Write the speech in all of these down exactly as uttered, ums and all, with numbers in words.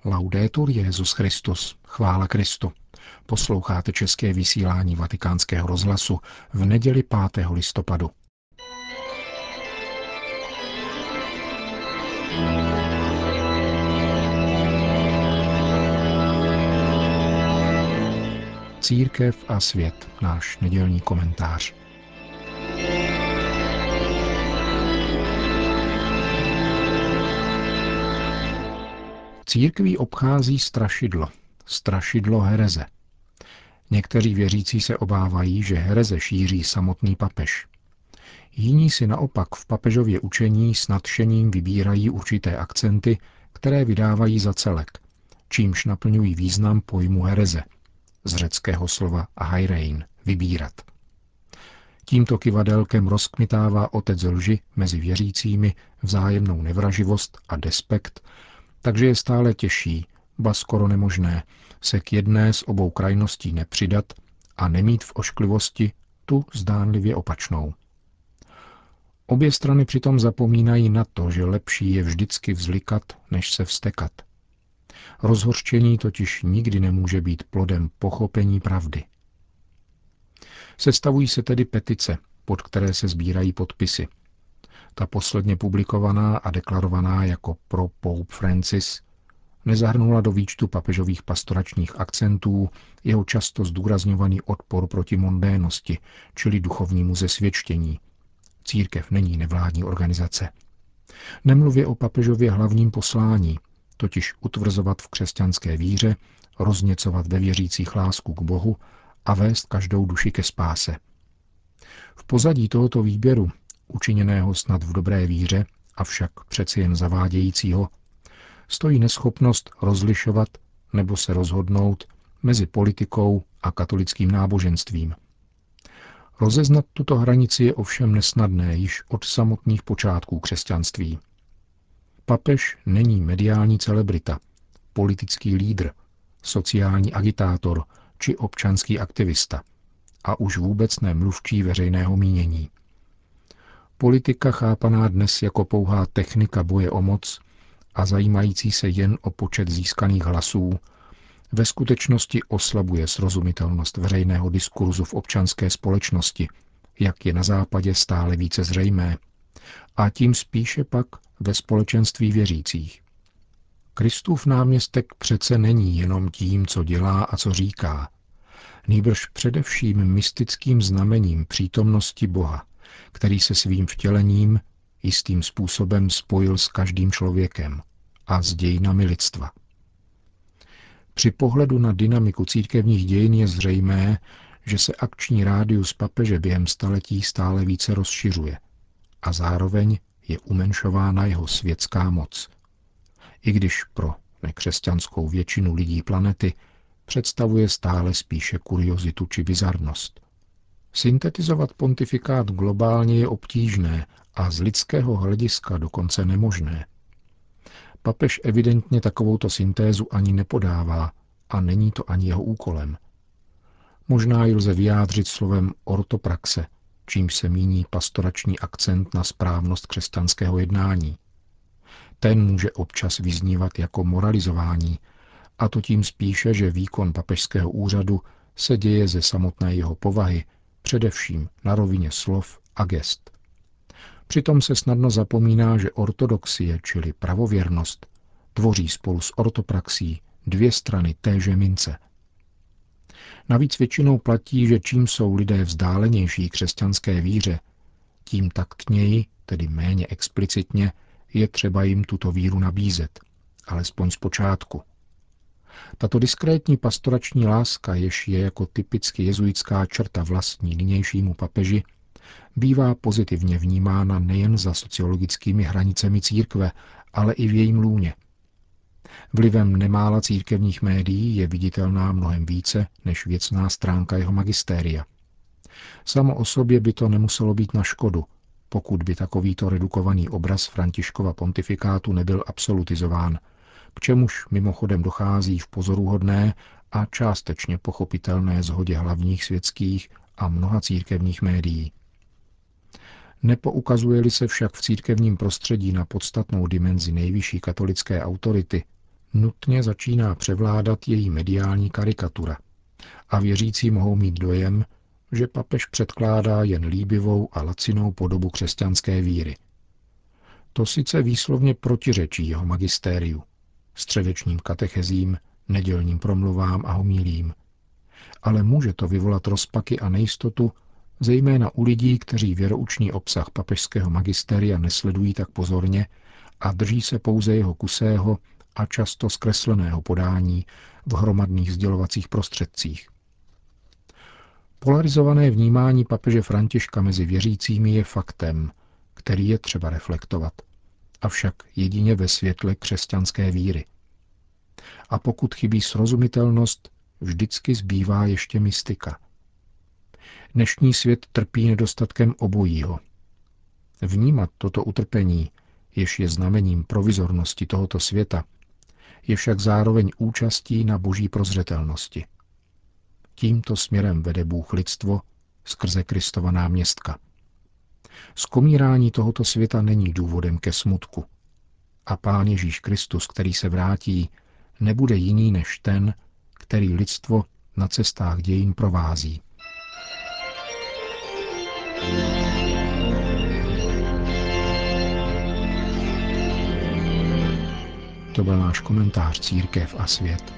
Laudetur Jesus Christus, chvála Kristu. Posloucháte české vysílání Vatikánského rozhlasu v neděli pátého listopadu. Církev a svět, náš nedělní komentář. Církví obchází strašidlo, strašidlo hereze. Někteří věřící se obávají, že hereze šíří samotný papež. Jiní si naopak v papežově učení s nadšením vybírají určité akcenty, které vydávají za celek, čímž naplňují význam pojmu hereze, z řeckého slova hairein, vybírat. Tímto kyvadelkem rozkmitává otec lži mezi věřícími vzájemnou nevraživost a despekt, takže je stále těžší, ba skoro nemožné, se k jedné z obou krajností nepřidat a nemít v ošklivosti tu zdánlivě opačnou. Obě strany přitom zapomínají na to, že lepší je vždycky vzlikat, než se vztekat. Rozhořčení totiž nikdy nemůže být plodem pochopení pravdy. Sestavují se tedy petice, pod které se sbírají podpisy. Ta posledně publikovaná a deklarovaná jako pro Pope Francis nezahrnula do výčtu papežových pastoračních akcentů jeho často zdůrazňovaný odpor proti mondénosti, čili duchovnímu zesvědčení. Církev není nevládní organizace. Nemluvě o papežově hlavním poslání, totiž utvrzovat v křesťanské víře, rozněcovat ve věřících lásku k Bohu a vést každou duši ke spáse. V pozadí tohoto výběru, učiněného snad v dobré víře, avšak přeci jen zavádějícího, stojí neschopnost rozlišovat nebo se rozhodnout mezi politikou a katolickým náboženstvím. Rozeznat tuto hranici je ovšem nesnadné již od samotných počátků křesťanství. Papež není mediální celebrita, politický lídr, sociální agitátor či občanský aktivista a už vůbec ne mluvčí veřejného mínění. Politika chápaná dnes jako pouhá technika boje o moc a zajímající se jen o počet získaných hlasů, ve skutečnosti oslabuje srozumitelnost veřejného diskurzu v občanské společnosti, jak je na západě stále více zřejmé, a tím spíše pak ve společenství věřících. Kristův náměstek přece není jenom tím, co dělá a co říká, nýbrž především mystickým znamením přítomnosti Boha, který se svým vtělením jistým způsobem spojil s každým člověkem a s dějinami lidstva. Při pohledu na dynamiku církevních dějin je zřejmé, že se akční rádius papeže během staletí stále více rozšiřuje a zároveň je umenšována jeho světská moc. I když pro nekřesťanskou většinu lidí planety představuje stále spíše kuriozitu či bizarnost. Syntetizovat pontifikát globálně je obtížné a z lidského hlediska dokonce nemožné. Papež evidentně takovouto syntézu ani nepodává a není to ani jeho úkolem. Možná ji lze vyjádřit slovem ortopraxe, čímž se míní pastorační akcent na správnost křesťanského jednání. Ten může občas vyznívat jako moralizování, a to tím spíše, že výkon papežského úřadu se děje ze samotné jeho povahy, především na rovině slov a gest. Přitom se snadno zapomíná, že ortodoxie, čili pravověrnost, tvoří spolu s ortopraxí dvě strany téže mince. Navíc většinou platí, že čím jsou lidé vzdálenější křesťanské víře, tím taktněji, tedy méně explicitně, je třeba jim tuto víru nabízet, alespoň zpočátku. Tato diskrétní pastorační láska, jež je jako typicky jezuitská črta vlastní nynějšímu papeži, bývá pozitivně vnímána nejen za sociologickými hranicemi církve, ale i v jejím lůně. Vlivem nemála církevních médií je viditelná mnohem více než věcná stránka jeho magistéria. Samo o sobě by to nemuselo být na škodu, pokud by takovýto redukovaný obraz Františkova pontifikátu nebyl absolutizován, k čemuž mimochodem dochází v pozoruhodné a částečně pochopitelné shodě hlavních světských a mnoha církevních médií. Nepoukazuje-li se však v církevním prostředí na podstatnou dimenzi nejvyšší katolické autority, nutně začíná převládat její mediální karikatura a věřící mohou mít dojem, že papež předkládá jen líbivou a lacinou podobu křesťanské víry. To sice výslovně protiřečí jeho magistériu, středečním katechezím, nedělním promluvám a homílím, ale může to vyvolat rozpaky a nejistotu, zejména u lidí, kteří věroučný obsah papežského magistéria nesledují tak pozorně a drží se pouze jeho kusého a často zkresleného podání v hromadných sdělovacích prostředcích. Polarizované vnímání papeže Františka mezi věřícími je faktem, který je třeba reflektovat, avšak jedině ve světle křesťanské víry. A pokud chybí srozumitelnost, vždycky zbývá ještě mystika. Dnešní svět trpí nedostatkem obojího. Vnímat toto utrpení, jež je znamením provizornosti tohoto světa, je však zároveň účastí na boží prozřetelnosti. Tímto směrem vede Bůh lidstvo skrze Kristova náměstka. Skomírání tohoto světa není důvodem ke smutku. A Pán Ježíš Kristus, který se vrátí, nebude jiný než ten, který lidstvo na cestách dějin provází. To byl náš komentář Církev a svět.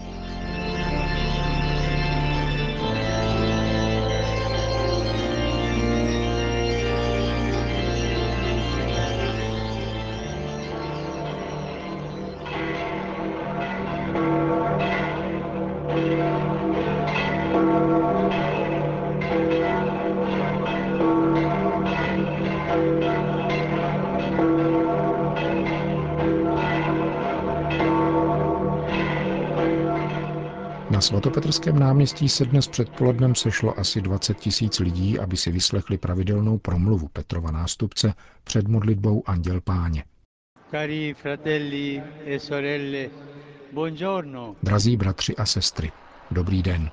Na svatopetrském náměstí se dnes předpolednem sešlo asi dvacet tisíc lidí, aby si vyslechli pravidelnou promluvu Petrova nástupce před modlitbou Anděl Páně. Cari fratelli e sorelle, buongiorno. Drazí bratři a sestry, dobrý den.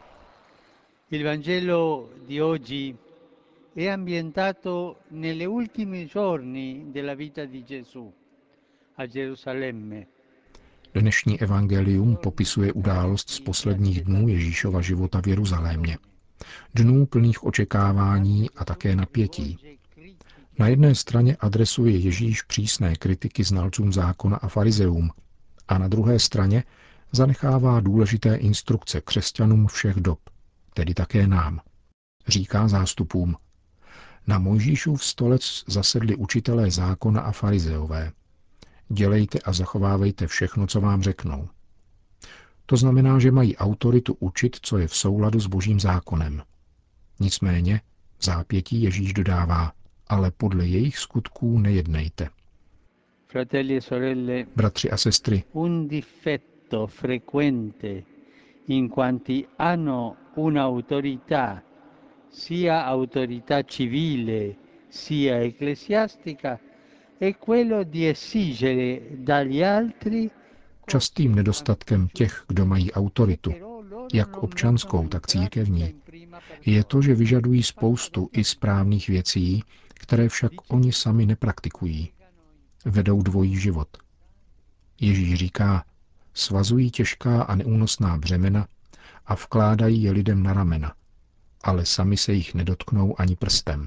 Il Vangelo di oggi è ambientato nelle ultimi giorni della vita di Gesù a Gerusalemme. Dnešní evangelium popisuje událost z posledních dnů Ježíšova života v Jeruzalémě. Dnů plných očekávání a také napětí. Na jedné straně adresuje Ježíš přísné kritiky znalcům zákona a farizeům a na druhé straně zanechává důležité instrukce křesťanům všech dob, tedy také nám. Říká zástupům: na Mojžíšův stolec zasedli učitelé zákona a farizeové. Dělejte a zachovávejte všechno, co vám řeknou. To znamená, že mají autoritu učit, co je v souladu s božím zákonem. Nicméně v zápětí Ježíš dodává: ale podle jejich skutků nejednejte. Fratelli e sorelle, Bratři a sestry, un difetto frequente in quanti hanno un'autorità, sia autorità civile sia ecclesiastica, è quello di esigere dagli altri. častým nedostatkem těch, kdo mají autoritu, jak občanskou, tak církevní, je to, že vyžadují spoustu i správných věcí, které však oni sami nepraktikují. Vedou dvojí život. Ježíš říká: svazují těžká a neúnosná břemena a vkládají je lidem na ramena, ale sami se jich nedotknou ani prstem.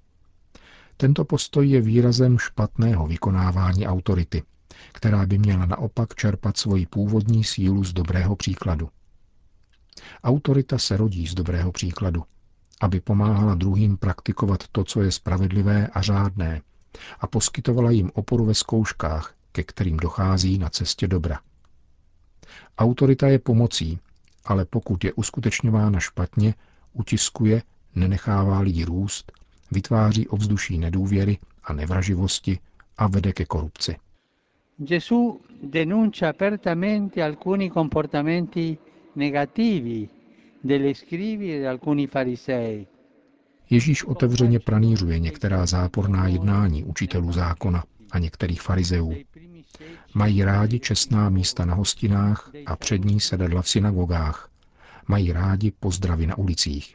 Tento postoj je výrazem špatného vykonávání autority, která by měla naopak čerpat svoji původní sílu z dobrého příkladu. Autorita se rodí z dobrého příkladu, aby pomáhala druhým praktikovat to, co je spravedlivé a řádné, a poskytovala jim oporu ve zkouškách, ke kterým dochází na cestě dobra. Autorita je pomocí, ale pokud je uskutečňována špatně, utiskuje, nenechává lidi růst, vytváří ovzduší nedůvěry a nevraživosti a vede ke korupci. Gesù denuncia apertamente alcuni comportamenti negativi degli scribi e di alcuni farisei. Ježíš otevřeně pranířuje některá záporná jednání učitelů zákona a některých farizeů. Mají rádi čestná místa na hostinách a přední sedadla v synagogách. Mají rádi pozdravy na ulicích.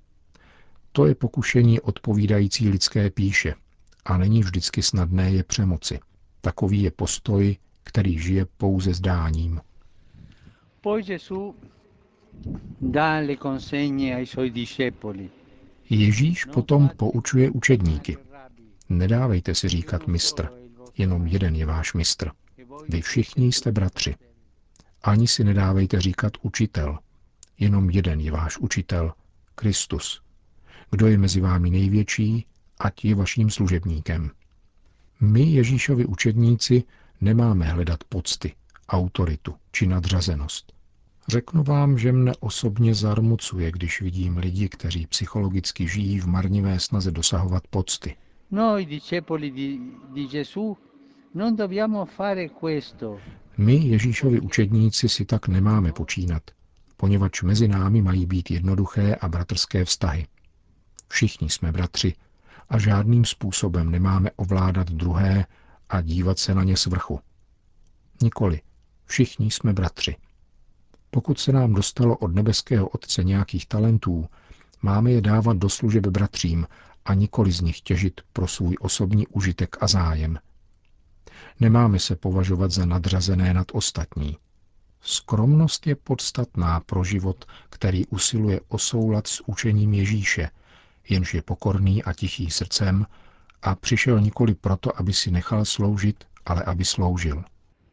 To je pokušení odpovídající lidské píše a není vždycky snadné je přemoci. Takový je postoj který žije pouze zdáním. Poi Gesù dà le consegne ai suoi discepoli. Ježíš potom poučuje učedníky. Nedávejte si říkat mistr, jenom jeden je váš mistr. Vy všichni jste bratři. Ani si nedávejte říkat učitel, jenom jeden je váš učitel, Kristus. Kdo je mezi vámi největší, ať je vaším služebníkem. My, Ježíšovi učedníci, nemáme hledat pocty, autoritu či nadřazenost. Řeknu vám, že mne osobně zarmucuje, když vidím lidi, kteří psychologicky žijí v marnivé snaze dosahovat pocty. Noi discepoli di, di Gesù non dobbiamo fare questo. My, Ježíšovi učedníci, si tak nemáme počínat, poněvadž mezi námi mají být jednoduché a bratrské vztahy. Všichni jsme bratři a žádným způsobem nemáme ovládat druhé a dívat se na ně z vrchu. Nikoli, všichni jsme bratři. Pokud se nám dostalo od nebeského Otce nějakých talentů, máme je dávat do služeb bratřím a nikoli z nich těžit pro svůj osobní užitek a zájem. Nemáme se považovat za nadřazené nad ostatní. Skromnost je podstatná pro život, který usiluje o soulad s učením Ježíše, jenž je pokorný a tichý srdcem a přišel nikoli proto, aby si nechal sloužit, ale aby sloužil.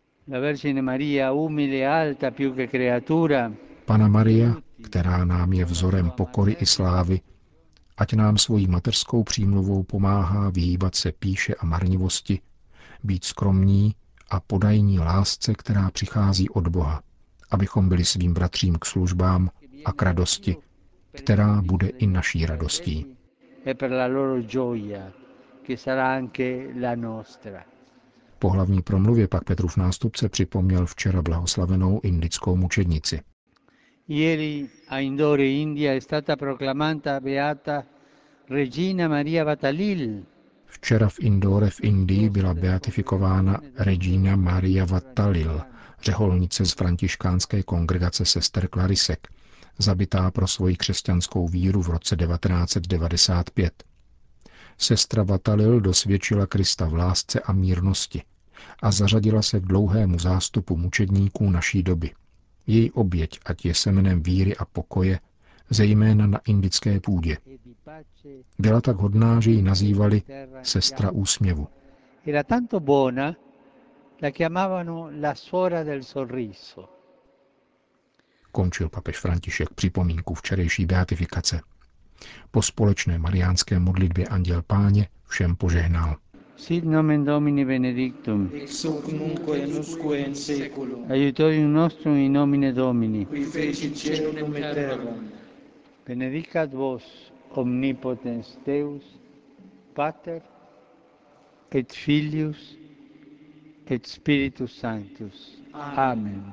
Panna Maria, která nám je vzorem pokory i slávy, ať nám svojí mateřskou přímluvou pomáhá vyhýbat se pýše a marnivosti, být skromní a podajní lásce, která přichází od Boha, abychom byli svým bratřím k službám a k radosti, která bude i naší radostí. Po hlavní promluvě pak Petrův nástupce připomněl včera blahoslavenou indickou mučednici. Ieri a Indore, India, è stata proclamata beata Regina Maria Vattalil. Včera v Indore v Indii byla beatifikována Regina Maria Vattalil, řeholnice z františkánské kongregace sester Klarisek, zabitá pro svoji křesťanskou víru v roce devatenáct set devadesát pět. Sestra Vattalil dosvědčila Krista v lásce a mírnosti a zařadila se k dlouhému zástupu mučedníků naší doby. Její oběť, ať je semenem víry a pokoje, zejména na indické půdě. Byla tak hodná, že ji nazývali sestra úsměvu. Era tanto buona, la chiamavano la suora del sorriso. Končil papež František připomínku včerejší beatifikace. Po společné mariánské modlitbě Anděl Páně všem požehnal. Sit nomen Domini benedictum. Ex hoc nunc et usque in seculum. Aiutorium nostrum in nomine Domini. Qui fecit caelum et terram. Benedicat vos omnipotens Deus, Pater et Filius et Spiritus Sanctus. Amen.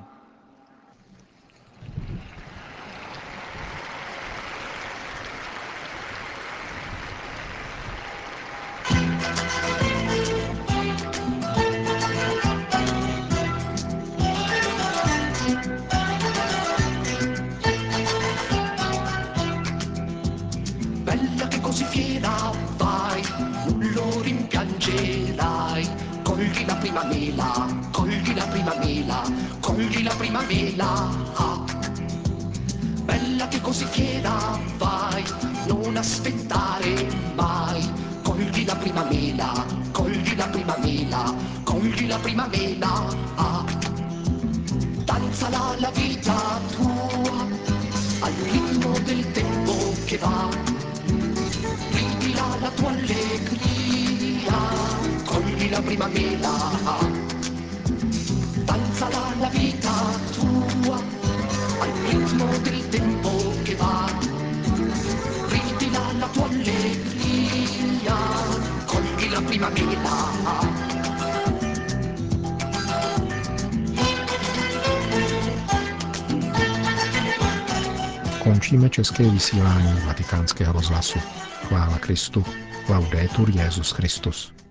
Bella che così fiera vai, non lo rimpiangerai. Cogli la prima mela, cogli la prima mela, cogli la prima mela. Bella che così fiera vai, non aspettare mai. Cogli la prima mela, cogli la prima mela, cogli la prima mela. Danzala la vita tua al ritmo del tempo che va. Ridila la tua allegria, cogli la prima mela. Danzala la vita tua al ritmo del tempo che va. Ridila la tua allegria, cogli la prima mela. Končíme české vysílání Vatikánského rozhlasu. Chvála Kristu. Laudetur Jesus Christus.